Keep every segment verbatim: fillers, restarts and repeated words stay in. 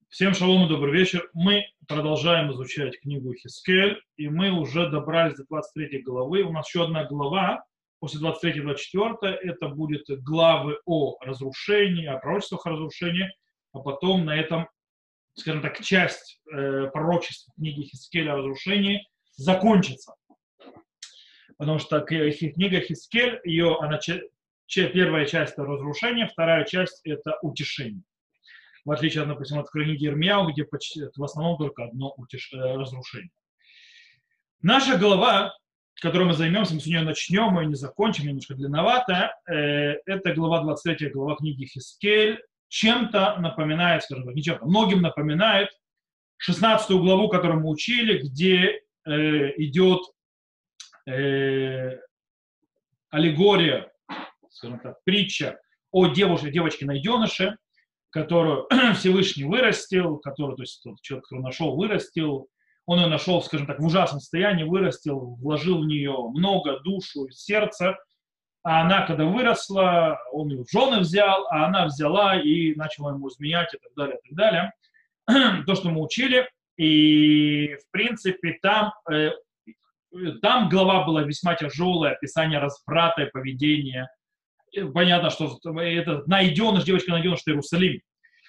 Всем шалом и добрый вечер. Мы продолжаем изучать книгу Хискель, и мы уже добрались до двадцать третьей главы. У нас еще одна глава после двадцать третьей двадцать четвёртой. Это будет главы о разрушении, о пророчествах о разрушении, а потом на этом, скажем так, часть э, пророчества книги Хискеля о разрушении закончится. Потому что книга Хискель, ее, она, первая часть это разрушение, вторая часть это утешение. В отличие, допустим, от книги Ирмияу, где почти, в основном только одно утеш... разрушение. Наша глава, которой мы займемся, мы сегодня начнем, мы не закончим, немножко длинновато, э, это глава двадцать третья, глава книги Хискель, чем-то напоминает, скажем так, не чем-то, многим напоминает шестнадцатую главу, которую мы учили, где э, идет э, аллегория, скажем так, притча о девушке, девочке-найденыше, которую Всевышний вырастил, который, то есть тот человек, который нашел, вырастил, он ее нашел, скажем так, в ужасном состоянии, вырастил, вложил в нее много душу и сердца, а она, когда выросла, он ее в жены взял, а она взяла и начала ему изменять и так далее, и так далее. То, что мы учили, и, в принципе, там, э, там глава была весьма тяжелая, описание разврата и поведения. Понятно, что это найденыш, девочка найденыш, это Иерусалим.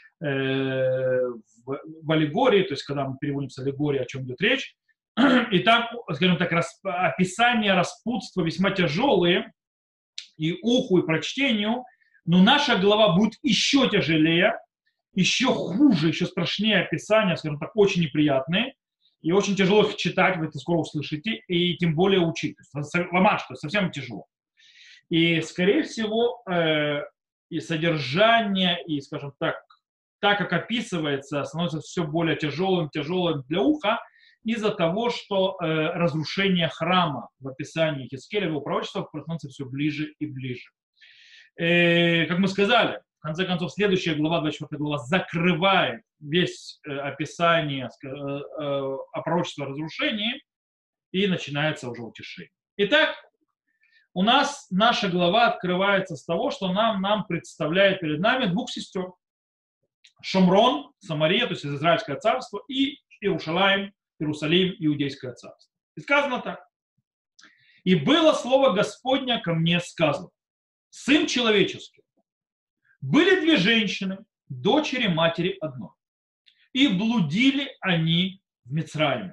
Э, в, в аллегории, то есть когда мы переводим с аллегории, о чем идет речь, и там, скажем так, расп, описание распутства весьма тяжелые и уху, и прочтению, но наша глава будет еще тяжелее, еще хуже, еще страшнее описания, скажем так, очень неприятные, и очень тяжело их читать, вы это скоро услышите, и тем более учить. То есть, ломать, что совсем тяжело. И, скорее всего, э, и содержание, и, скажем так, так как описывается, становится все более тяжелым, тяжелым для уха, из-за того, что э, разрушение храма в описании Хискеля, в его пророчествах, становится все ближе и ближе. Э, как мы сказали, в конце концов, следующая глава, двадцать четвёртая глава, закрывает весь э, описание э, э, о пророчестве о разрушении, и начинается уже утешение. Итак, у нас наша глава открывается с того, что нам, нам представляет перед нами двух сестер. Шомрон, Самария, то есть Израильское царство, и Иерушалаим, Иерусалим, Иудейское царство. И сказано так. И было слово Господня ко мне сказано. Сын человеческий. Были две женщины, дочери матери одной. И блудили они в Мицраиме.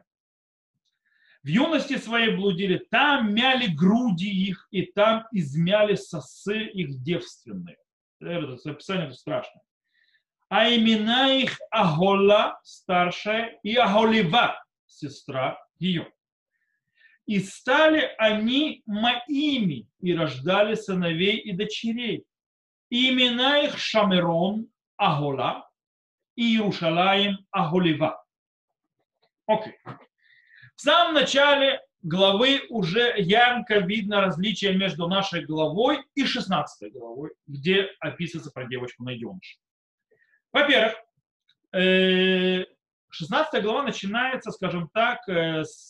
В юности своей блудили, там мяли груди их, и там измяли сосы их девственные. Это описание страшное. А имена их Агола, старшая, и Аголева, сестра ее. И стали они моими, и рождали сыновей и дочерей. И имена их Шамерон, Агола, и Иерушалаим, Аголева. Окей. В самом начале главы уже ярко видно различие между нашей главой и шестнадцатой главой, где описывается про девочку-найденыша. Во-первых, шестнадцатая глава начинается, скажем так, с,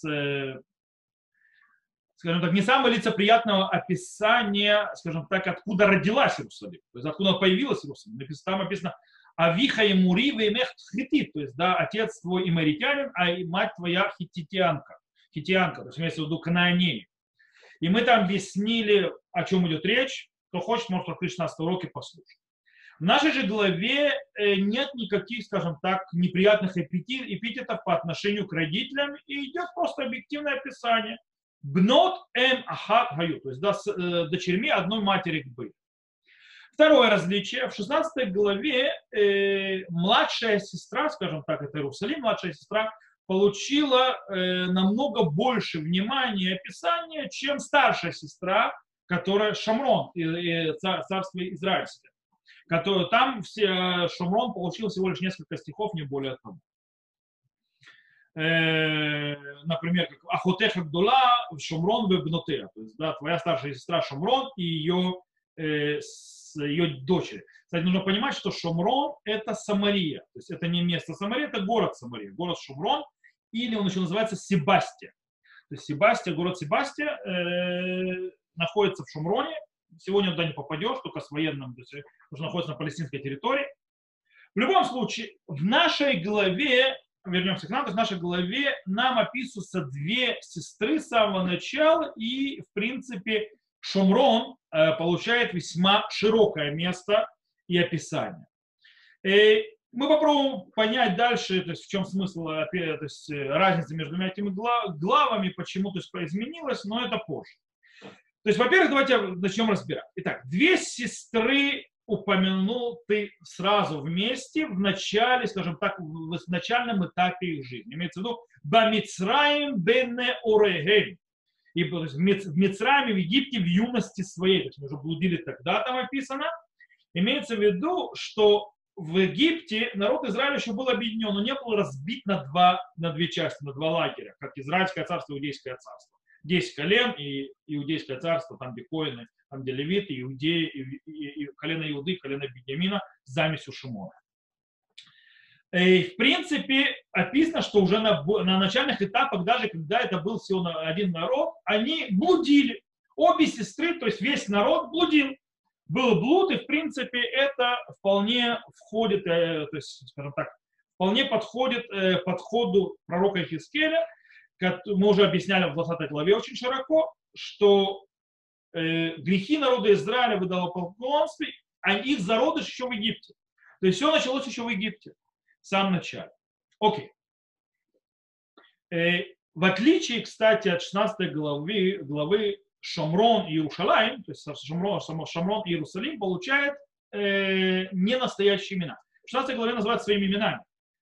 скажем так, не самого лицеприятного описания, скажем так, откуда родилась Иерусалим, то есть откуда появилась Иерусалим. Там написано «Авиха и Мури веймех хитит», то есть, да, отец твой имаритянин, а мать твоя хититянка, хитиянка, то есть имеется в виду канаанеи. И мы там объяснили, о чем идет речь. Кто хочет, может открыть шестнадцатый урок и послушать. В нашей же главе нет никаких, скажем так, неприятных эпитетов по отношению к родителям, и идет просто объективное описание. Бнот эм ахат гаю, то есть, да, с э, дочерьми одной матери были. Второе различие. В шестнадцатой главе э, младшая сестра, скажем так, это Иерусалим, младшая сестра, получила э, намного больше внимания и описания, чем старшая сестра, которая Шамрон, и, и царство израильское. Который, там все, Шамрон получил всего лишь несколько стихов, не более того. Э, например, как Ахотеха Гдула, Шамрон вебнотея. То есть, да, твоя старшая сестра Шамрон и ее, э, с ее дочери. Кстати, нужно понимать, что Шамрон это Самария. То есть это не место Самария, это город Самария. Город Шамрон, или он еще называется Себастия. То есть Себастия, город Себастия э, находится в Шамроне. Сегодня туда не попадешь, только с военным, то есть, потому что находится на палестинской территории. В любом случае, в нашей главе, вернемся к нам, то есть в нашей главе нам описываются две сестры с самого начала, и, в принципе, Шумрон э, получает весьма широкое место и описание. И мы попробуем понять дальше, то есть в чем смысл, то есть, разница между этими главами, почему то есть, изменилось, но это позже. То есть, во-первых, давайте начнем разбирать. Итак, две сестры упомянул ты сразу вместе в начале, скажем так, в начальном этапе их жизни. Имеется в виду Бамицраим бене орегем. И то есть, в Мицраиме, в Египте, в юности своей. То есть мы уже блудили тогда, там описано. Имеется в виду, что в Египте народ Израиля еще был объединен, но не был разбит на, два, на две части, на два лагеря, как Израильское царство и Иудейское царство. Десять колен и Иудейское царство, там где коины, там где левиты, иудеи, и, и, и колено Иуды, колено Беньямина с замесью Шимона. И, в принципе, описано, что уже на, на начальных этапах, даже когда это был всего один народ, они блудили. Обе сестры, то есть весь народ блудил. Был блуд, и, в принципе, это вполне входит, э, то есть, скажем так, вполне подходит э, подходу пророка Ихискеля. Мы уже объясняли в двадцатой главе очень широко, что э, грехи народа Израиля в идолопоклонстве, а их зародыш еще в Египте. То есть все началось еще в Египте, в самом начале. Окей. Э, в отличие, кстати, от шестнадцатой главы, главы Шомрон и Иерушалаим, то есть Шомрон, Шомрон и Иерусалим получают э, не настоящие имена. В шестнадцатой главе называют своими именами.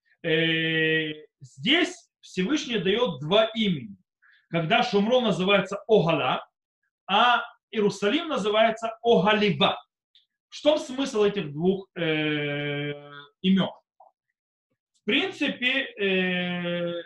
Э, здесь Всевышний дает два имени. Когда Шомрон называется Огала, а Иерусалим называется Огалива. В чем смысл этих двух э, имен? В принципе, э,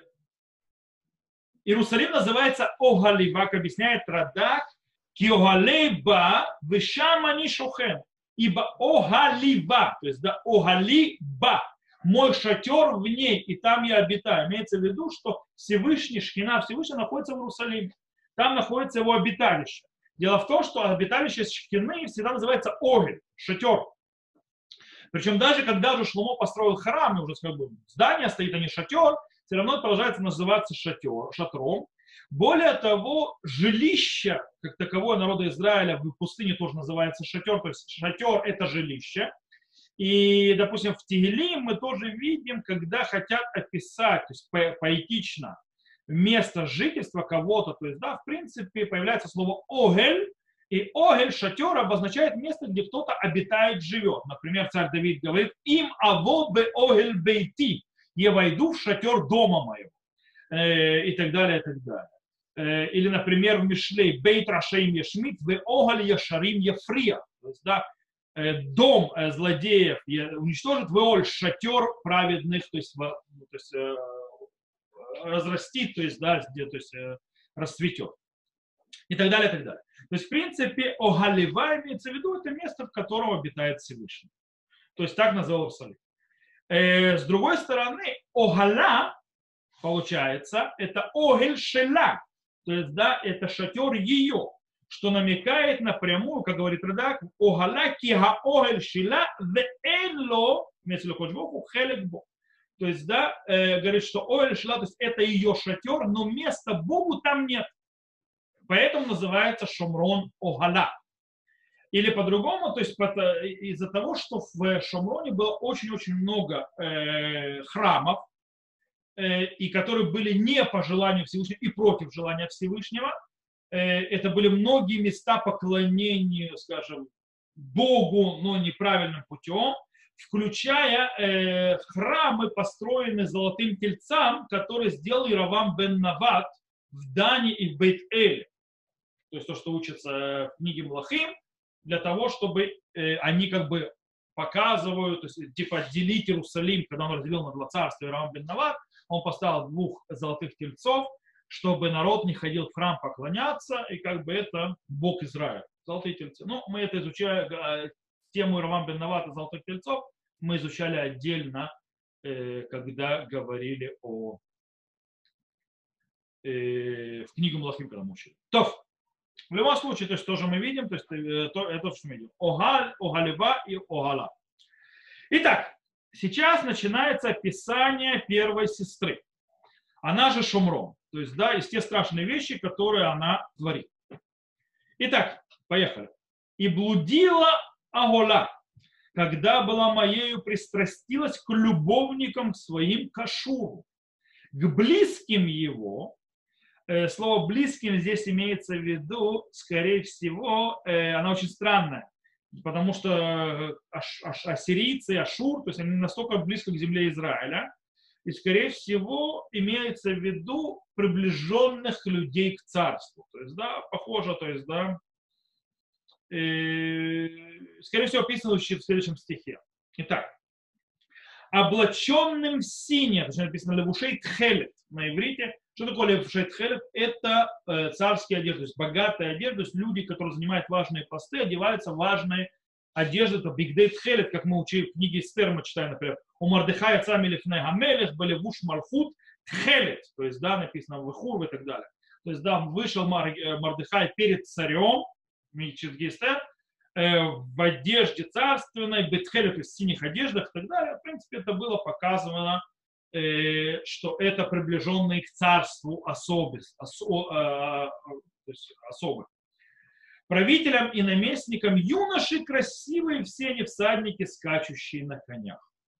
Иерусалим называется Огалива, как объясняет Радак, Киогалеба вешамани шохен. Ибо Огалива, то есть да, Огалиба, мой шатер в ней, и там я обитаю. Имеется в виду, что Всевышний, Шхина Всевышний находится в Иерусалиме. Там находится его обиталище. Дело в том, что обиталище Шхины всегда называется Огель, шатер. Причем даже когда же Шломо построил храм, и уже как бы здание стоит, а не шатер, все равно продолжается называться шатер, шатром. Более того, жилище, как таковое народа Израиля в пустыне тоже называется шатер, то есть шатер – это жилище. И, допустим, в Тегелим мы тоже видим, когда хотят описать, то есть по поэтично, место жительства кого-то, то есть, да, в принципе, появляется слово «огель», и «огель», шатер, обозначает место, где кто-то обитает, живет. Например, царь Давид говорит «им аво бе огель бейти», «я войду в шатер дома моего», э, и так далее, и так далее. Э, или, например, в Мишлей «бейт рашеим яшмит, ве огель яшарим яфрия», то есть, да, дом злодеев уничтожит, веоль шатер праведных, то есть, то есть разрастит, то есть, да, то есть расцветет. И так далее, и так далее. То есть, в принципе, Огалива имеется в виду, это место, в котором обитает Всевышний. То есть, так назвал Иерусалим. С другой стороны, Огала, получается, это Огель Шела, то есть, да, это шатер ее, что намекает напрямую, как говорит Радак, Огала киха огель шила веэлло, если хочешь, хелек. То есть, да, э, говорит, что огель шила, то есть это ее шатер, но места Богу там нет. Поэтому называется Шомрон Огала. Или по-другому, то есть из-за того, что в Шомроне было очень-очень много э, храмов, э, и которые были не по желанию Всевышнего и против желания Всевышнего. Это были многие места поклонения, скажем, Богу, но неправильным путем, включая э, храмы, построенные золотым тельцам, которые сделал Иеровам бен Нават в Дане и в Бейт-Эле. То есть то, что учится в книге Млахим, для того, чтобы э, они как бы показывают, то есть типа отделить Иерусалим, когда он разделил на два царства Иеровам бен Нават, он поставил двух золотых тельцов, чтобы народ не ходил в храм поклоняться, и как бы это Бог Израиля, золотые тельцы. Ну, мы это изучали, тему Иеровам бен Навата золотых тельцов, мы изучали отдельно, когда говорили о, в книгу Млахим, когда мы учили. То, в любом случае, то есть тоже мы видим, то есть то, это что мы видим. Огаль, Огалева и Огала. Итак, сейчас начинается описание первой сестры. Она же Шумрон. То есть, да, из те страшные вещи, которые она творит. Итак, поехали. «И блудила Агола, когда была моею пристрастилась к любовникам своим к Ашуру, к близким его». Э, слово «близким» здесь имеется в виду, скорее всего, э, она очень странная, потому что аш, аш, ассирийцы, Ашур, то есть они настолько близко к земле Израиля, и, скорее всего, имеется в виду приближенных людей к царству. То есть, да, похоже, то есть, да, э, скорее всего, описано в следующем стихе. Итак, облаченным в синее, точнее написано левушей тхелет на иврите. Что такое левушей тхелет? Это э, царские одежды, то есть богатая одежда, то есть люди, которые занимают важные посты, одеваются в важные одежды, это бигдей тхелет, как мы учили в книге Эстер, мы читаем, например, у Мардыхая цамилев негамелех, балевуш марфут тхелет, то есть, да, написано в Ихур и так далее. То есть, да, вышел Мардыхай перед царем, Эстер, в одежде царственной, бетхеле, то есть в синих одеждах и так далее. В принципе, это было показано, что это приближенные к царству особы, осо, то есть особы. Правителям и наместникам юноши красивые все они всадники, скачущие на конях.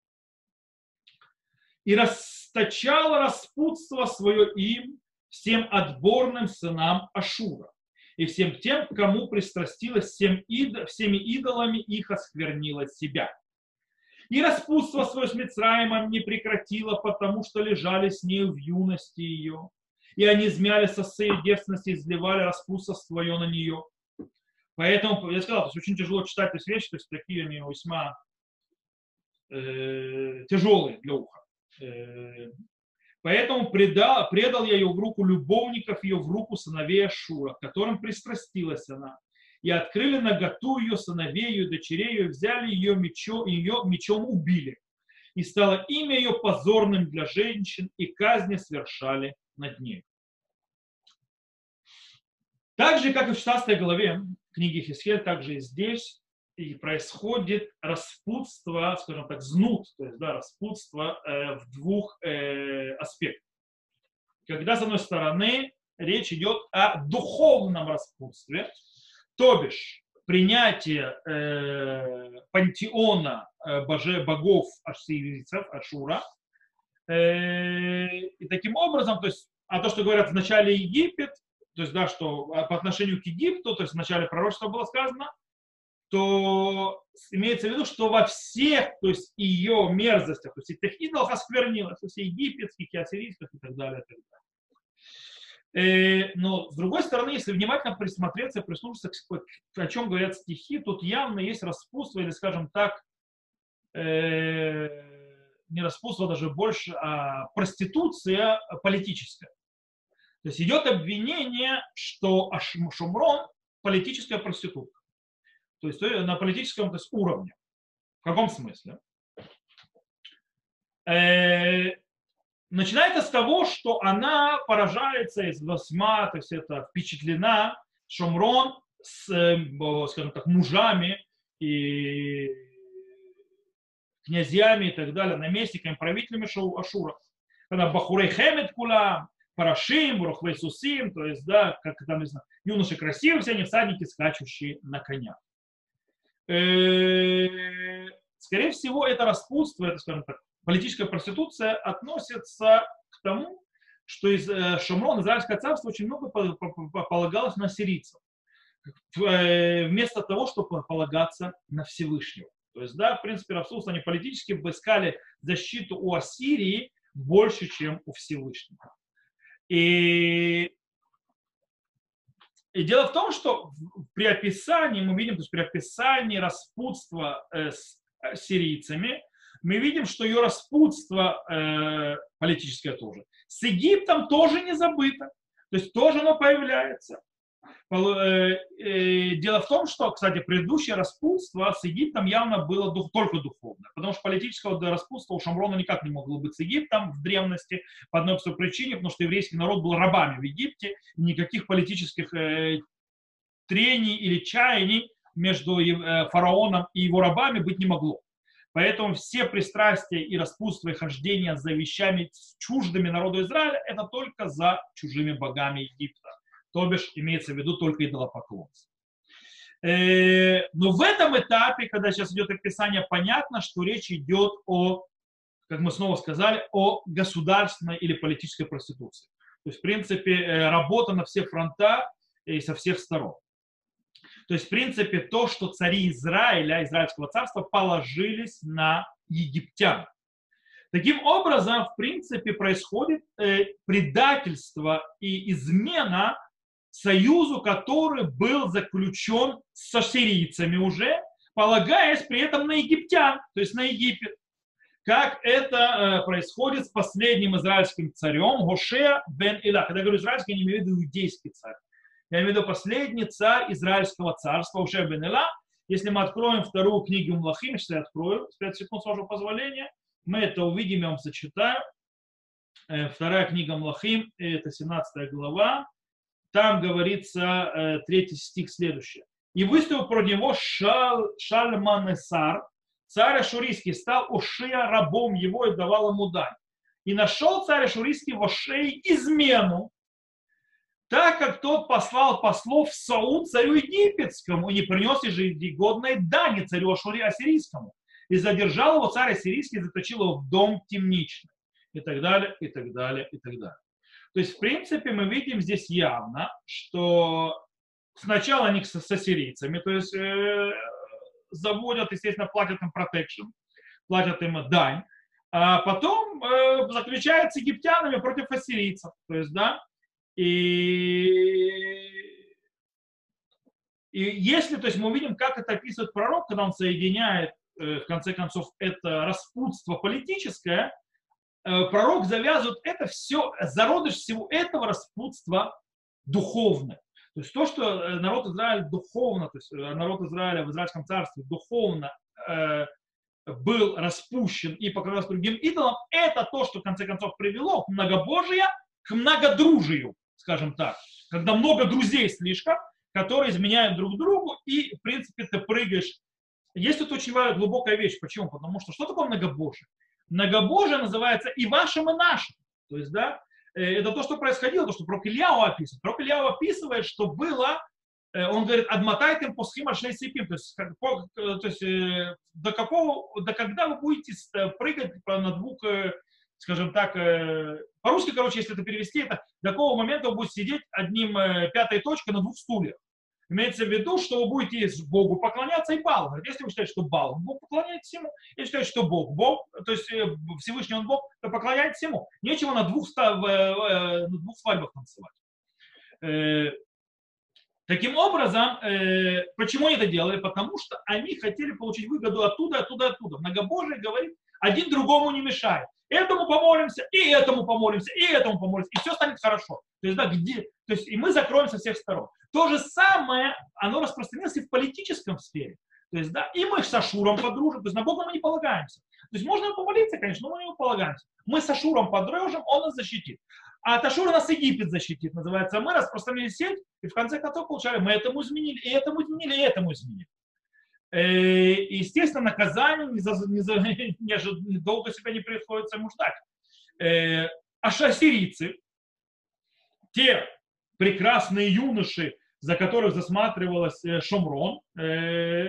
И расточало распутство свое им, всем отборным сынам Ашура, и всем тем, кому пристрастилась всем идо, всеми идолами, их осквернила себя. И распутство свое с Мицраимом не прекратило, потому что лежали с нею в юности ее. И они змяли сосы ее девственности и изливали распутство свое на нее. Поэтому, я сказал, то есть очень тяжело читать эти вещи, то есть такие они весьма э, тяжелые для уха. Э, Поэтому предал, предал я ее в руку любовников, ее в руку сыновей Ашура, к которым пристрастилась она. И открыли наготу ее сыновей, ее дочерей, ее, взяли ее, мечо, ее мечом убили. И стало имя ее позорным для женщин, и казни совершали над ней. Так же, как и в шестнадцатой главе книги Хискель, также и здесь и происходит распутство, скажем так, знут, то есть, да, распутство э, в двух э, аспектах. Когда, с одной стороны, речь идет о духовном распутстве, то бишь принятие э, пантеона э, боже, богов ассирийцев, Ашура, э, и таким образом, то есть, а то, что говорят в начале Египет, то есть, да, что по отношению к Египту, то есть в начале пророчества было сказано, то имеется в виду, что во всех, то есть ее мерзостях, то есть этих идолов осквернилось, то есть египетских, и ассирийских и так далее. И так далее. Но с другой стороны, если внимательно присмотреться и прислушаться, о чем говорят стихи, тут явно есть распутство, или, скажем так, не распутство даже больше, а проституция политическая. То есть идет обвинение, что Шумрон политическая проститутка. То есть на политическом, то есть, уровне. В каком смысле? Э, начинается с того, что она поражается из восьма, то есть это впечатлена Шумрон с, скажем так, мужами и князьями и так далее, наместниками, правителями Ашура. Когда Бахурей Хемет Кула, Парашим, Рухвей Сусим, то есть, да, как там, не знаю, юноши красивые, все они всадники, скачущие на конях. Скорее всего, это распутство, это, скажем так, политическая проституция относится к тому, что из Шумрон, Израильское царство, очень много полагалось на сирийцев, вместо того, чтобы полагаться на Всевышнего. То есть, да, в принципе, распутство, они политически бы искали защиту у Ассирии больше, чем у Всевышнего. И И дело в том, что при описании, мы видим, то есть при описании распутства э, с сирийцами, мы видим, что ее распутство э, политическое тоже. С Египтом тоже не забыто. То есть тоже оно появляется. Дело в том, что, кстати, предыдущее распутство с Египтом явно было дух, только духовное, потому что политического распутства у Шумрона никак не могло быть с Египтом в древности по одной простой причине, потому что еврейский народ был рабами в Египте, и никаких политических э, трений или чаяний между э, фараоном и его рабами быть не могло. Поэтому все пристрастия и распутство и хождение за вещами чуждыми народу Израиля – это только за чужими богами Египта. То бишь, имеется в виду только идолопоклонство. Но в этом этапе, когда сейчас идет описание, понятно, что речь идет о, как мы снова сказали, о государственной или политической проституции. То есть, в принципе, работа на всех фронтах и со всех сторон. То есть, в принципе, то, что цари Израиля, Израильского царства, положились на египтян. Таким образом, в принципе, происходит предательство и измена союзу, который был заключен с ассирийцами уже, полагаясь при этом на египтян, то есть на Египет. Как это происходит с последним израильским царем Гошея бен Иля. Когда я говорю израильский, я не имею в виду иудейский царь. Я имею в виду последний царь израильского царства Гошея бен Иля. Если мы откроем вторую книгу Млахим, сейчас я открою, с пяти секунд с вашего позволения, мы это увидим, я вам зачитаю. Вторая книга Млахим, это семнадцатая глава. Там говорится, третий стих следующий. «И выставил против него Шал, Шальманесар, царь Ашурийский, стал Ошея рабом его и давал ему дань. И нашел царь Ашурийский в Ошее измену, так как тот послал послов в Сауд царю египетскому и не принес ежегодной дани царю Ашури ассирийскому. И задержал его царь ассирийский, заточил его в дом темничный». И так далее, и так далее, и так далее. То есть, в принципе, мы видим здесь явно, что сначала они с, с ассирийцами, то есть э, заводят, естественно, платят им протекшн, платят им дань, а потом э, заключают с египтянами против ассирийцев. То есть, да, и, и если, то есть мы увидим, как это описывает пророк, когда он соединяет, э, в конце концов, это распутство политическое, пророк завязывает это все, зародыш всего этого распутства духовное. То есть то, что народ Израиля духовно, то есть народ Израиля в Израильском царстве духовно э, был распущен и покорялся другим идолам, это то, что в конце концов привело к многобожию, к многодружию, скажем так. Когда много друзей слишком, которые изменяют друг другу, и в принципе ты прыгаешь. Есть тут очень глубокая вещь. Почему? Потому что что такое многобожие? Многобожие называется и вашим, и нашим. То есть, да, это то, что происходило, то, что пророк Ильяу описывает. Пророк Ильяу описывает, что было, он говорит, адматайтем посхим альшей сипим, то есть, как, то есть до какого, до когда вы будете прыгать на двух, скажем так, по-русски, короче, если это перевести, это до какого момента вы будете сидеть одним пятой точкой на двух стульях. Имеется в виду, что вы будете Богу поклоняться и Балу. Если вы считаете, что Бал, Бог поклоняетесь ему. Если считаете, что Бог, Бог, то есть Всевышний он Бог, то поклоняетесь ему. Нечего на двух, на двух свадьбах танцевать. Таким образом, почему они это делали? Потому что они хотели получить выгоду оттуда, оттуда, оттуда. Многобожие говорит, один другому не мешает. Этому помолимся, и этому помолимся, и этому помолимся, и все станет хорошо. То есть, да, где, то есть и мы закроем со всех сторон. То же самое, оно распространилось и в политическом сфере. То есть, да, и мы с Ашуром подружим, то есть на Бога мы не полагаемся. То есть можно помолиться, конечно, но мы не полагаемся. Мы с Ашуром подружим, он нас защитит. А от Ашура нас Египет защитит, называется. Мы распространили сеть, и в конце концов получали, мы этому изменили, и этому изменили, и этому изменили. И, естественно, наказание не за, не за, не, не, долго себя не приходится ему ждать. А ассирийцы, те прекрасные юноши, за которых засматривалась Шомрон, э,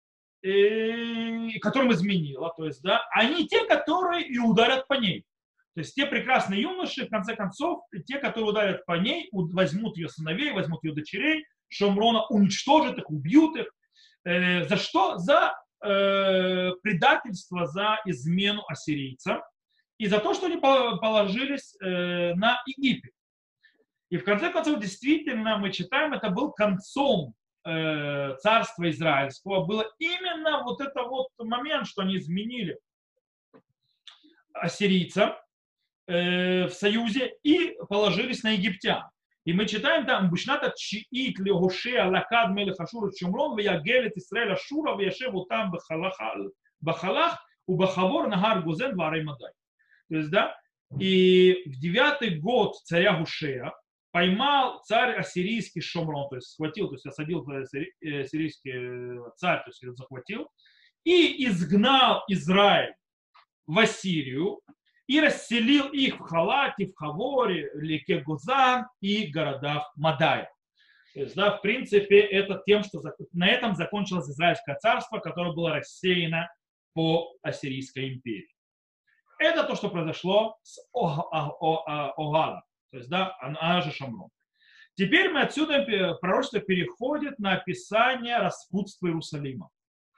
э, которым изменила, то есть, да, они те, которые и ударят по ней. То есть те прекрасные юноши, в конце концов, те, которые ударят по ней, возьмут ее сыновей, возьмут ее дочерей, Шомрона уничтожат их, убьют их. Э, за что? За э, предательство, за измену ассирийцам и за то, что они положились э, на Египет. И в конце концов, действительно, мы читаем, это был концом э, царства израильского. Было именно вот это вот момент, что они изменили ассирийцам э, в союзе и положились на египтян. И мы читаем там, «Бушната чиит легошея лакад мелех Ашура чумрон веягелет Исраэль Ашура веяшеву там бахалах у бахавор нагар гузен варей мадай». То есть, да, и в девятый год царя Гушея поймал царь ассирийский Шомрон, то есть схватил, то есть осадил ассирийский царь, то есть захватил, и изгнал Израиль в Ассирию и расселил их в Халате, в Хаворе, реке Гузан и городах Мадая. То есть, да, в принципе, это тем, что на этом закончилось Израильское царство, которое было рассеяно по Ассирийской империи. Это то, что произошло с Огалом, то есть, да, она же Шамрон. Теперь мы отсюда, пророчество переходит на описание распутства Иерусалима.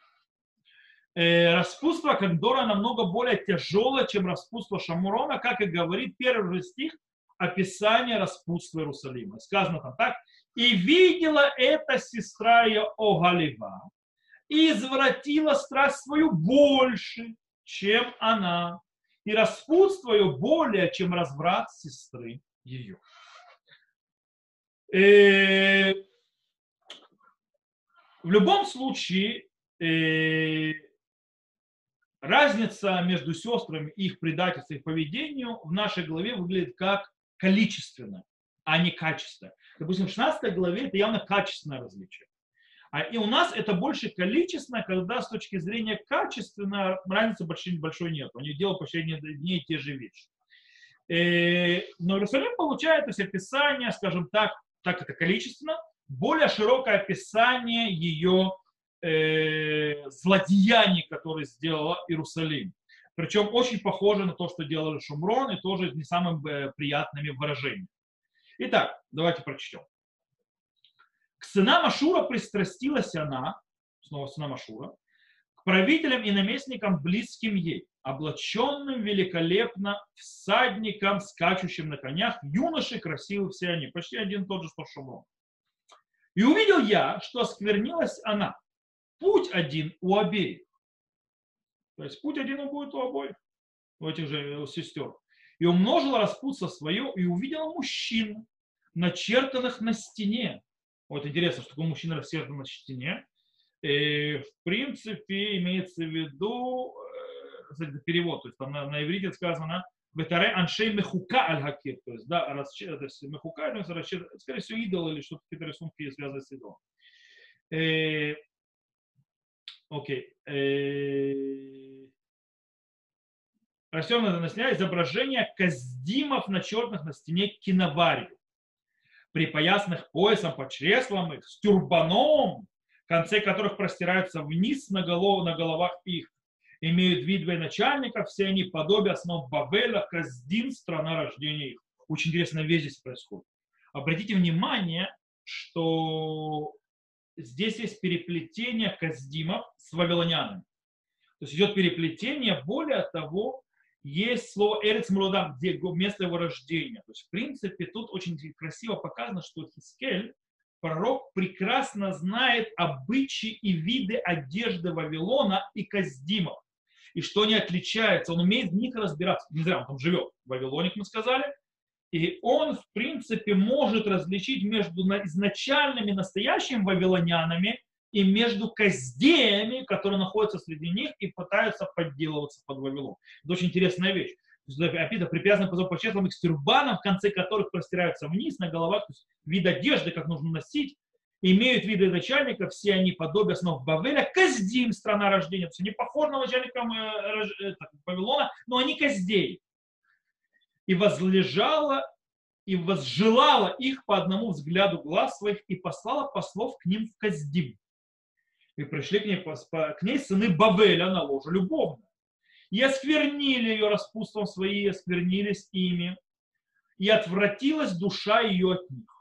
Э, распутство, которое намного более тяжелое, чем распутство Шамрона, как и говорит первый же стих описания распутства Иерусалима. Сказано там так. «И видела эта сестра ее Огалева, и извратила страсть свою больше, чем она, и распутство ее более, чем разврат сестры ее». Э, в любом случае, э, разница между сестрами, их предательством и поведением в нашей главе выглядит как количественное, а не качественное. Допустим, в шестнадцатой главе это явно качественное различие. А и у нас это больше количественное, когда с точки зрения качественной разницы большой, большой нет. Они делают почти одни и те же вещи. Э, но Иерусалим получает, то есть описание, скажем так, так это количественно, более широкое описание ее э, злодеяний, которые сделала Иерусалим. Причем очень похоже на то, что делали Шумрон, и тоже не самыми э, приятными выражениями. Итак, давайте прочтем. К сынам Ашура пристрастилась она, снова сынам Ашура, к правителям и наместникам, близким ей, облаченным великолепно, всадникам, скачущим на конях, юноши красивы все они, почти один и тот же, что Шумрон. И увидел я, что осквернилась она. Путь один у обеих. То есть путь один будет у обоих, у этих же сестер. И умножила распутство свое, и увидела мужчин, начертанных на стене. Вот интересно, что такое мужчина начертан на стене. И, в принципе, имеется в виду, кстати, перевод, то есть там на, на иврите сказано «Ветаре аншей мехука аль-хакир», то есть, да, расчет, то есть мехука, расчет, скорее всего, идол или что-то, какие-то рисунки связаны с идолом. Э, окей. Э, Растёрнуто на стене изображение каздимов, начертанных на стене киноварью, припоясанных поясом под чреслом их, с тюрбаном, концы которых простираются вниз на, голов, на головах их. Имеют вид военачальников, все они подобие основ Бавеля, Каздин, страна рождения их. Очень интересная вещь здесь происходит. Обратите внимание, что здесь есть переплетение Каздимов с вавилонянами. То есть идет переплетение, более того, есть слово Эрец Муродам, где место его рождения. То есть, в принципе, тут очень красиво показано, что Хискель, пророк, прекрасно знает обычаи и виды одежды Вавилона и Каздимов. И что они отличаются. Он умеет в них разбираться. Не зря он там живет. В Вавилоне, как мы сказали. И он, в принципе, может различить между изначальными настоящими вавилонянами и между каздеями, которые находятся среди них и пытаются подделываться под Вавилон. Это очень интересная вещь. Описано припязано по числам их с тюрбаном, в конце которых простираются вниз на головах, то есть вид одежды, как нужно носить, имеют виды начальников, все они подобие основ Бавеля, Каздим, страна рождения, то есть они похожи на начальников э, Вавилона, но они каздеи. И возлежала, и возжелала их по одному взгляду глаз своих, и послала послов к ним в Каздим. И пришли к ней, к ней сыны Бавеля на ложе любовно. И осквернили ее распутством свои, и осквернились ими. И отвратилась душа ее от них.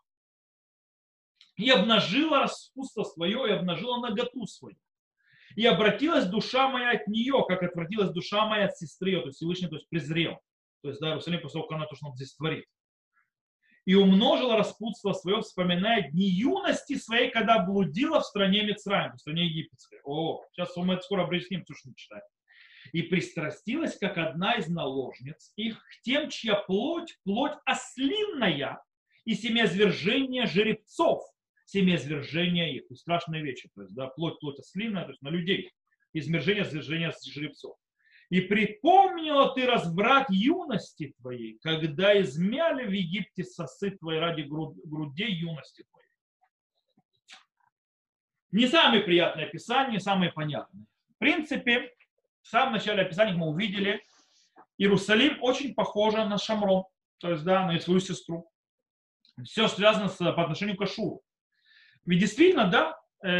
И обнажила распутство свое, и обнажила наготу свою. И обратилась душа моя от нее, как отвратилась душа моя от сестры ее, то есть Всевышний, то есть презрел. То есть, да, Иерусалим, после того, как она то, что он здесь творит. И умножила распутство свое, вспоминая дни юности своей, когда блудила в стране Мицраим, в стране египетской. О, сейчас мы это скоро объясним, то, что мы читаем. И пристрастилась, как одна из наложниц их, к тем, чья плоть, плоть ослинная, и семязвержение жеребцов, семязвержение их. То есть страшные вещи. То есть, да, плоть, плоть ослинная, то есть на людей. Измержение, свержение жеребцов. И припомнила ты разврат юности твоей, когда измяли в Египте сосы твои ради грудей юности твоей. Не самые приятные описания, самые понятные. принципе, в самом начале описания мы увидели, Иерусалим очень похожа на Шамрон, то есть, да, на свою сестру. Все связано с, по отношению к Ашуру. Ведь действительно, да,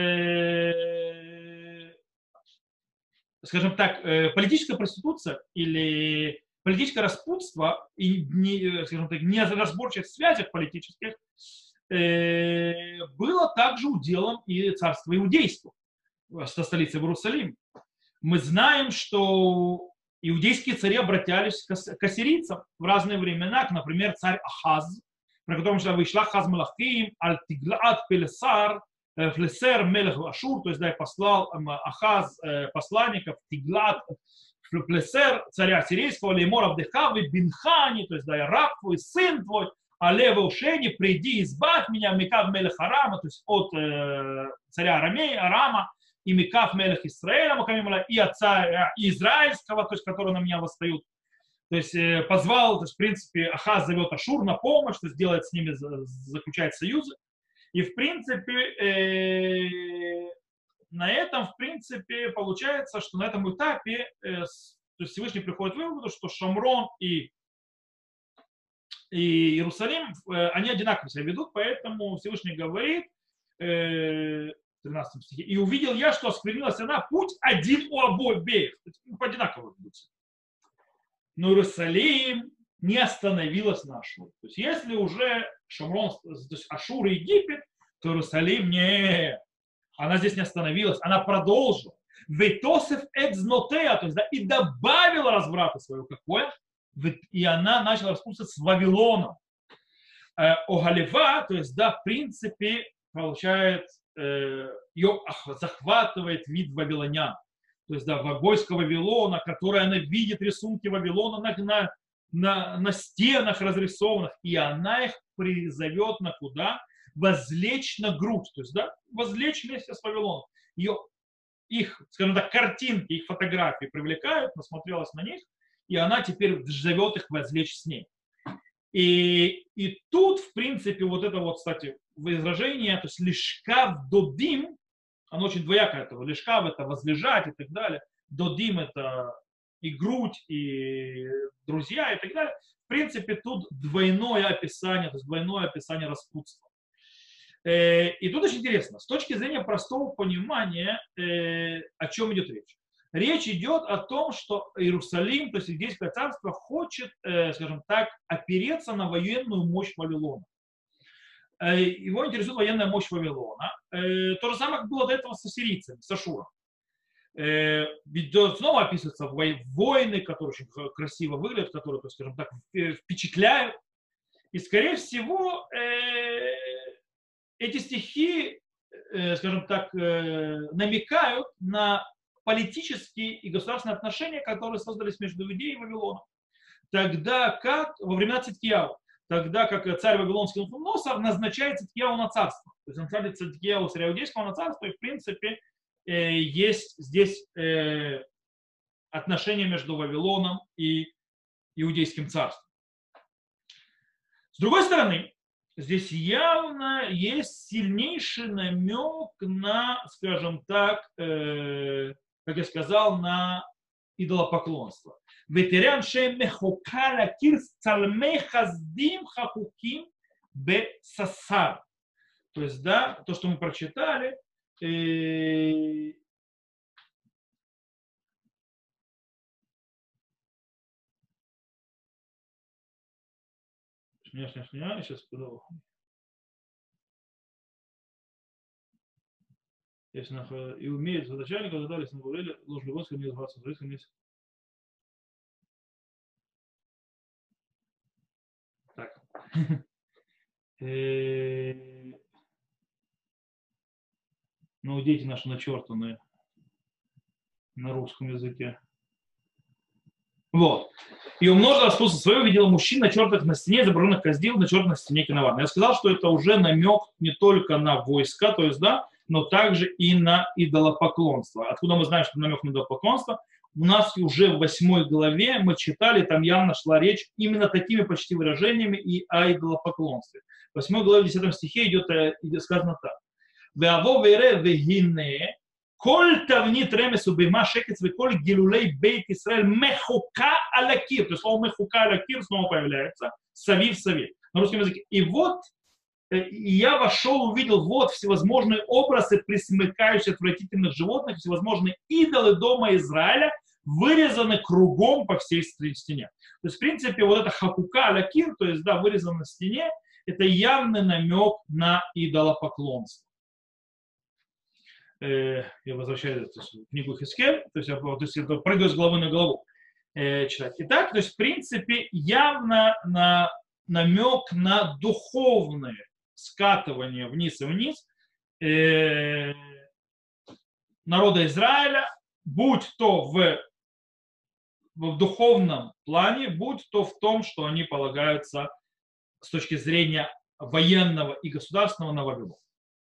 э, скажем так, э, политическая проституция или политическое распутство и не, скажем так, неразборчивость в связях политических э, было также уделом и царства иудейства со столицы в Иерусалим. Мы знаем, что иудейские цари обратялись к ассирийцам в разные времена, например, царь Ахаз, про которого вышла Хаз Малахим, Аль-Тиглаат Пелесар, Флесер Мелех Ашур, то есть да, послал Ахаз посланников, Тиглат Флесер, царя ассирийского, Леймор Авдехави, Бинхани, то есть да, раб твой, сын твой, Алеве Ушени, приди, избавь меня, Микав Мелех Арама, то есть от э, царя Арамея, Арама, и Микав Мелех Исраэля, и от царя израильского, то есть который на меня восстают. То есть э, позвал, то есть в принципе Ахаз зовет Ашур на помощь, то есть делает с ними, заключает союзы. И в принципе э, на этом в принципе получается, что на этом этапе э, с, то есть Всевышний приходит к выводу, что Шамрон и, и Иерусалим, э, они одинаково себя ведут, поэтому Всевышний говорит э, в тринадцатом стихе: «И увидел я, что осквернилась она, путь один у обоих». По одинаково ведутся. Но Иерусалим не остановилась на Ашуре. То есть если уже Шамрон, то есть Ашур и Египет, то Иерусалим не, она здесь не остановилась, она продолжила. Ветосев экзнотея, то есть да, и добавила разврата своего. Какое? И она начала распутываться с Вавилоном. Огалева, то есть да, в принципе, получает, ее захватывает вид вавилонян. То есть, да, войско Вавилона, которое она видит рисунки Вавилона на, на, на, на стенах разрисованных, и она их призовет на куда? Возлечь на грудь. То есть, да, возлечь вместе с Вавилоном. Ее, их, скажем так, картинки, их фотографии привлекают, насмотрелась на них, и она теперь зовет их возлечь с ней. И, и тут, в принципе, вот это вот, кстати, выражение, то есть лишкав додим, оно очень двоякое. Это лишкав, это возлежать и так далее. Додим это и грудь, и друзья и так далее. В принципе, тут двойное описание, то есть двойное описание распутства. И тут очень интересно, с точки зрения простого понимания, о чем идет речь. Речь идет о том, что Иерусалим, то есть Иудейское царство, хочет, скажем так, опереться на военную мощь Вавилона. Его интересует военная мощь Вавилона. То же самое, как было до этого с ассирийцами, с Ашуром. Ведь снова описываются войны, которые очень красиво выглядят, которые, скажем так, впечатляют. И, скорее всего, эти стихи, скажем так, намекают на политические и государственные отношения, которые создались между Иудеей и Вавилоном. Тогда как во времена Циткияу, тогда как царь Вавилонский Навуходоносор назначает Циткияу на царство. То есть он ставит Циткияу царя Иудейского на царство, и в принципе есть здесь отношения между Вавилоном и Иудейским царством. С другой стороны, здесь явно есть сильнейший намек на, скажем так, э, как я сказал, на идолопоклонство. Ветерян шемехокала кирс цалме хаздим хахуким бе сасар. То есть, да, то, что мы прочитали, э, Шня, шня, шня, сейчас подал. Если и умеет начальника, задались на Буреле, ложь любовь, не зваться, зависит вниз. Так. Ну, дети наши начертанные на русском языке. Вот. И умножил распутство свое, видела мужчин, начертанных на стене, изображенных каздил, начертанных на стене киноварны. Я сказал, что это уже намек не только на войска, то есть, да, но также и на идолопоклонство. Откуда мы знаем, что намек на идолопоклонство? У нас уже в восьмой главе мы читали, там явно шла речь именно такими почти выражениями и о идолопоклонстве. В восьмой главе, в десятом стихе идет, идет сказано так. Коль тавнит ремес убейма шекец коль гилулей бейт Исраэль мехука алякир. То есть слово мехука алякир снова появляется. Савив савив. На русском языке. И вот и я вошел, увидел вот всевозможные образы присмыкающих отвратительных животных, всевозможные идолы дома Израиля, вырезаны кругом по всей стене. То есть, в принципе, вот это хакука алякир, то есть, да, вырезано на стене, это явный намек на идолопоклонство. Э, я возвращаюсь в книгу Хискель, то есть, я, то есть это прыгаю с головы на голову э, читать. Итак, то есть, в принципе, явно на, намек на духовное скатывание вниз и вниз э, народа Израиля, будь то в, в духовном плане, будь то в том, что они полагаются с точки зрения военного и государственного на Вавилон.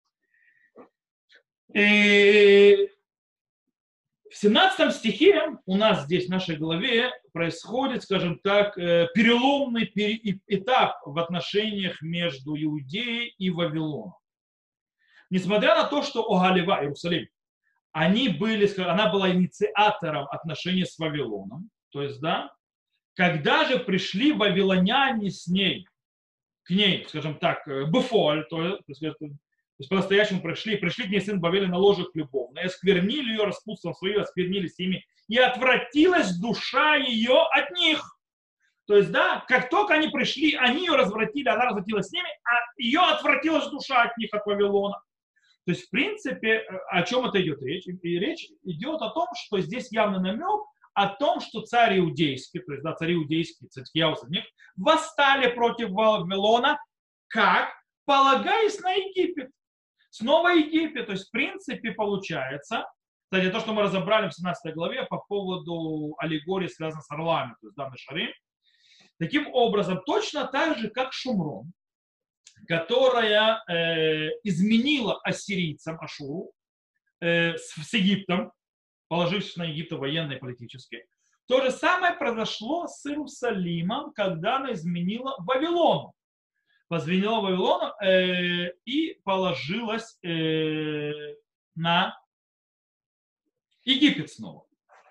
И в семнадцатом стихе у нас здесь в нашей главе происходит, скажем так, переломный этап в отношениях между Иудеей и Вавилоном. Несмотря на то, что Огалева, Иерусалим, они были, она была инициатором отношений с Вавилоном, то есть, да, когда же пришли вавилоняне с ней, к ней, скажем так, бефоль, то есть, То есть по-настоящему пришли, пришли к ней сын Бавеля на ложах любовно, и осквернили ее распутством свое, осквернились ими, и отвратилась душа ее от них. То есть, да, как только они пришли, они ее развратили, она развратилась с ними, а ее отвратилась душа от них, от Вавилона. То есть, в принципе, о чем это идет речь? И речь идет о том, что здесь явный намек о том, что царь иудейский, то есть, да, цари иудейские, Цадкияу из них, восстали против Вавилона, как? Полагаясь на Египет. Снова Египет, то есть в принципе получается, кстати, то, что мы разобрали в семнадцатой главе по поводу аллегории, связанной с орлами, то есть данный Шарим, таким образом, точно так же, как Шумрон, которая э, изменила ассирийцам Ашуру э, с, с Египтом, положившись на Египет военно и политически, то же самое произошло с Иерусалимом, когда она изменила Вавилону. Возвенела Вавилону э, и положилась э, на Египет снова.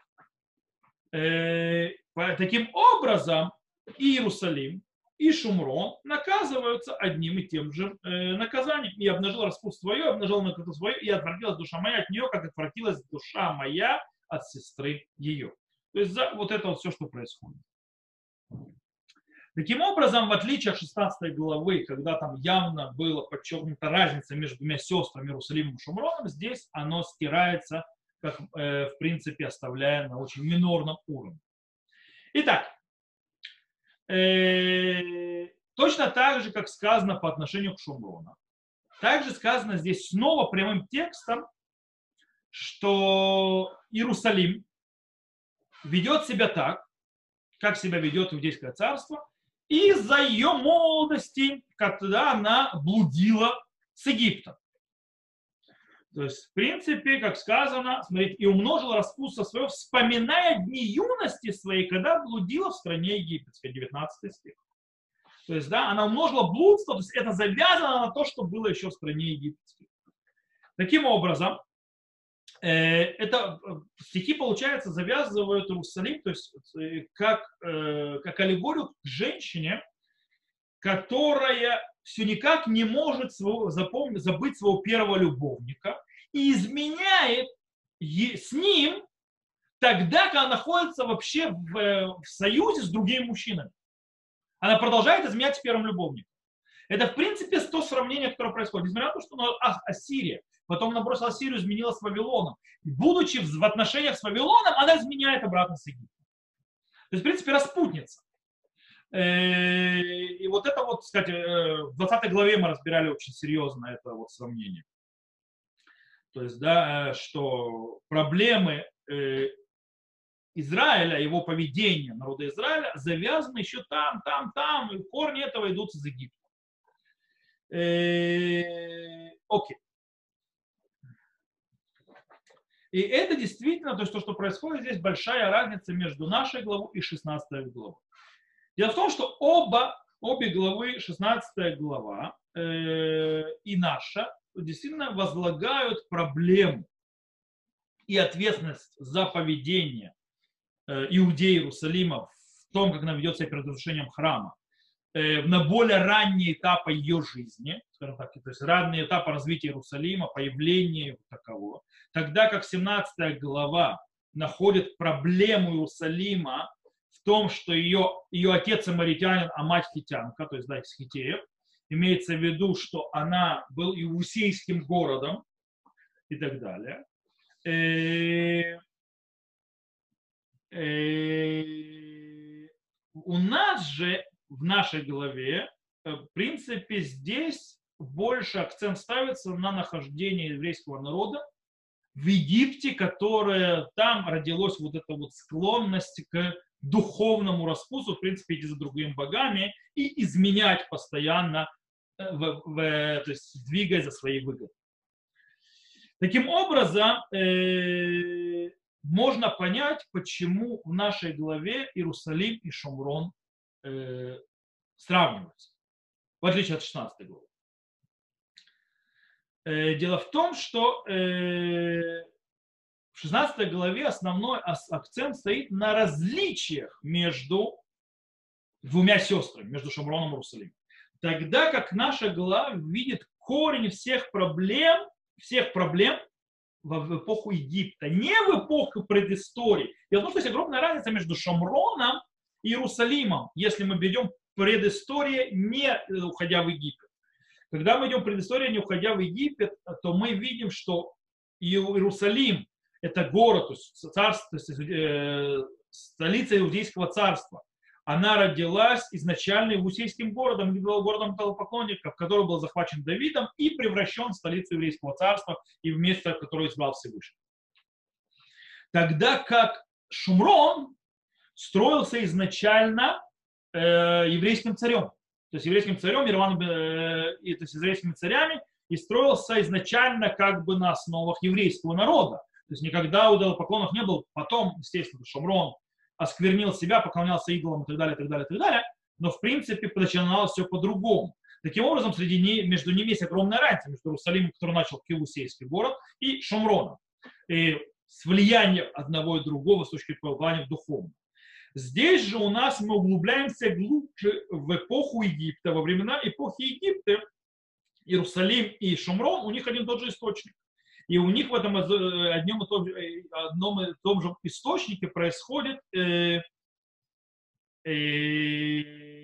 Э, таким образом, и Иерусалим, и Шумрон наказываются одним и тем же э, наказанием. И обнажил распутство свое, обнажил накату свое, и отвратилась душа моя от нее, как отвратилась душа моя от сестры ее. То есть за вот это вот все, что происходит. Таким образом, в отличие от шестнадцатой главы, когда там явно была подчеркнута разница между двумя сестрами Иерусалимом и Шумроном, здесь оно стирается, как, э, в принципе, оставляя на очень минорном уровне. Итак, э, точно так же, как сказано по отношению к Шумрону, также сказано здесь снова прямым текстом, что Иерусалим ведет себя так, как себя ведет Иудейское царство, из-за ее молодости, когда она блудила с Египтом. То есть, в принципе, как сказано, смотрите, и умножила распутство свое, вспоминая дни юности своей, когда блудила в стране египетской, девятнадцатый стих. То есть, да, она умножила блудство, то есть это завязано на то, что было еще в стране египетской. Таким образом, это стихи, получается, завязывают Иерусалим, то есть как, как аллегорию к женщине, которая все никак не может своего, запомнить, забыть своего первого любовника и изменяет с ним тогда, когда она находится вообще в, в союзе с другими мужчинами. Она продолжает изменять с первым любовником. Это, в принципе, то сравнение, которое происходит. Несмотря на то, что ну, а, Ассирия, потом она бросила Ассирию, изменила с Вавилоном. Будучи в, в отношениях с Вавилоном, она изменяет обратно с Египтом. То есть, в принципе, распутница. И вот это вот, кстати, в двадцатой главе мы разбирали очень серьезно это вот сравнение. То есть, да, что проблемы Израиля, его поведение народа Израиля завязаны еще там, там, там, и корни этого идут из Египта. Окей. И это действительно, то есть то, что происходит здесь, большая разница между нашей главой и шестнадцатой главой. Дело в том, что оба, обе главы, шестнадцатая глава э, и наша, действительно возлагают проблему и ответственность за поведение э, иудеи Иерусалима в том, как она ведет себя перед разрушением храма, э, на более ранние этапы ее жизни, скажем так, то есть ранние этапы развития Иерусалима, появления его такового, тогда как семнадцатая глава находит проблему Иерусалима в том, что ее, ее отец самаритянин, а мать хитянка, то есть да, из хитеев, имеется в виду, что она был иусейским городом и так далее. Э, э, у нас же в нашей главе, в принципе, здесь больше акцент ставится на нахождение еврейского народа в Египте, которое там родилась вот эта вот склонность к духовному распутству, в принципе, идти за другими богами и изменять постоянно, в, в, то есть двигаясь за свои выгоды. Таким образом, э, можно понять, почему в нашей главе Иерусалим и Шомрон э, сравниваются, в отличие от шестнадцатой главы. Э, дело в том, что э, в шестнадцатой главе основной акцент стоит на различиях между двумя сестрами, между Шомроном и Иерусалимом. Тогда как наша глава видит корень всех проблем, всех проблем в эпоху Египта, не в эпоху предыстории. Дело в том, что есть огромная разница между Шомроном и Иерусалимом, если мы берем предысторию, не уходя в Египет. Когда мы идем предысторию, не уходя в Египет, то мы видим, что Иерусалим – это город, то есть царство, то есть, э, столица Иудейского царства. Она родилась изначально иудейским городом, городом идолопоклонников, который был захвачен Давидом и превращен в столицу еврейского царства и в место, которое избрал Всевышний. Тогда как Шумрон строился изначально э, еврейским царем, то есть еврейским царем, Ирван, э, и, то есть еврейскими царями, и строился изначально как бы на основах еврейского народа. То есть никогда у идолопоклонов не был, потом, естественно, Шумрон осквернил себя, поклонялся идолам и так далее, и так далее, и так далее, но в принципе начиналось все по-другому. Таким образом, среди них, между ними есть огромная разница между Иерусалимом, который начал как иудейский город, и Шомроном, и с влиянием одного и другого с точки зрения духовного. Здесь же у нас мы углубляемся глубже в эпоху Египта. Во времена эпохи Египта Иерусалим и Шомрон, у них один и тот же источник. И у них в этом одном и том, одном и том же источнике происходит э, э,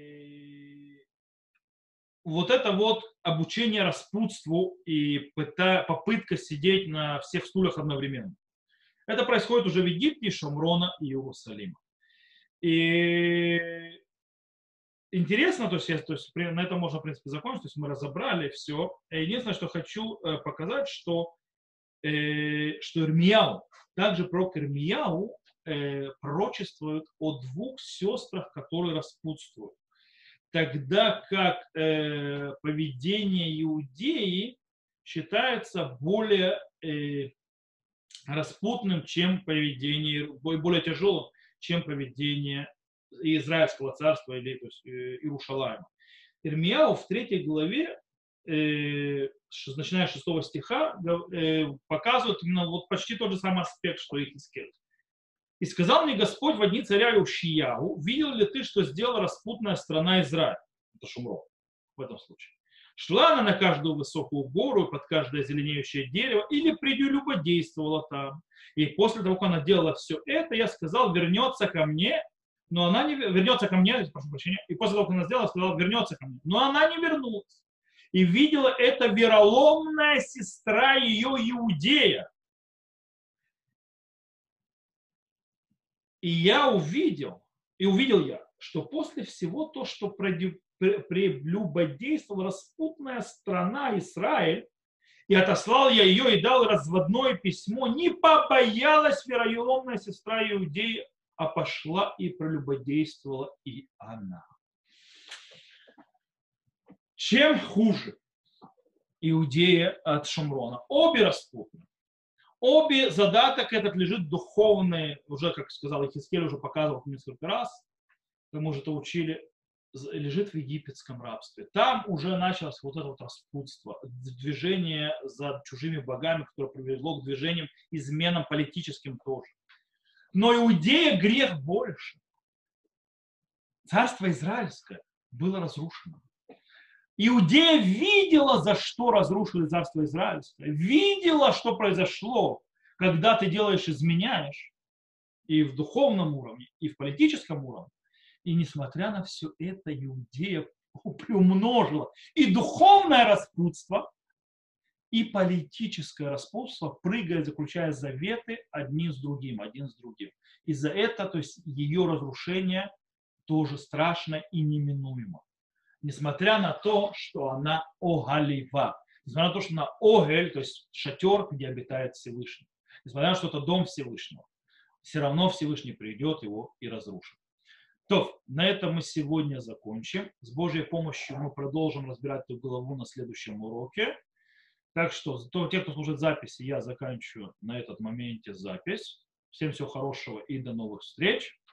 вот это вот обучение распутству и пыта, попытка сидеть на всех стульях одновременно. Это происходит уже в Египте, Шомрона и Иерусалима. И интересно, то есть, я, то есть на этом можно, в принципе, закончить, то есть мы разобрали все. Единственное, что хочу показать, что что Ирмияу, также пророк Ирмияу э, пророчествует о двух сестрах, которые распутствуют. Тогда как э, поведение Иудеи считается более э, распутным, чем поведение, более тяжелым, чем поведение Израильского царства или то есть, Иерушалайма. Ирмияу в третьей главе, э, начиная с шестого стиха, э, показывает именно вот почти тот же самый аспект, что и Хискель. «И сказал мне Господь во дни царя Ушияу, видел ли ты, что сделала распутная страна Израиль?» Это Шумрон в этом случае. «Шла она на каждую высокую гору и под каждое зеленеющее дерево, или прелюбодействовала там. И после того, как она делала все это, я сказал, вернется ко мне, но она не вернется ко мне, прошу прощения, и после того, как она сделала, я сказал, вернется ко мне, но она не вернулась. И видела это вероломная сестра ее Иудея. И я увидел, и увидел я, что после всего то, что прелюбодействовала распутная страна Израиль, и отослал я ее и дал разводное письмо, не побоялась вероломная сестра Иудея, а пошла и прелюбодействовала и она. Чем хуже Иудея от Шомрона? Обе распутны. Обе задаток этот лежит духовный, уже, как сказал Ихискель, уже показывал несколько раз, мы уже это учили, лежит в египетском рабстве. Там уже началось вот это вот распутство, движение за чужими богами, которое привело к движениям, изменам политическим тоже. Но Иудея грех больше. Царство Израильское было разрушено. Иудея видела, за что разрушили царство Израильское, видела, что произошло, когда ты делаешь, изменяешь, и в духовном уровне, и в политическом уровне. И несмотря на все это, Иудея приумножила и духовное распутство, и политическое распутство, прыгая, заключая заветы одни с другим, один с другим. И за это, то есть ее разрушение тоже страшно и неминуемо. Несмотря на то, что она огалива. Несмотря на то, что она огель, то есть шатер, где обитает Всевышний. Несмотря на то, что это дом Всевышнего. Все равно Всевышний придет его и разрушит. То, на этом мы сегодня закончим. С Божьей помощью мы продолжим разбирать эту главу на следующем уроке. Так что, то, те, кто слушает записи, я заканчиваю на этот моменте запись. Всем всего хорошего и до новых встреч.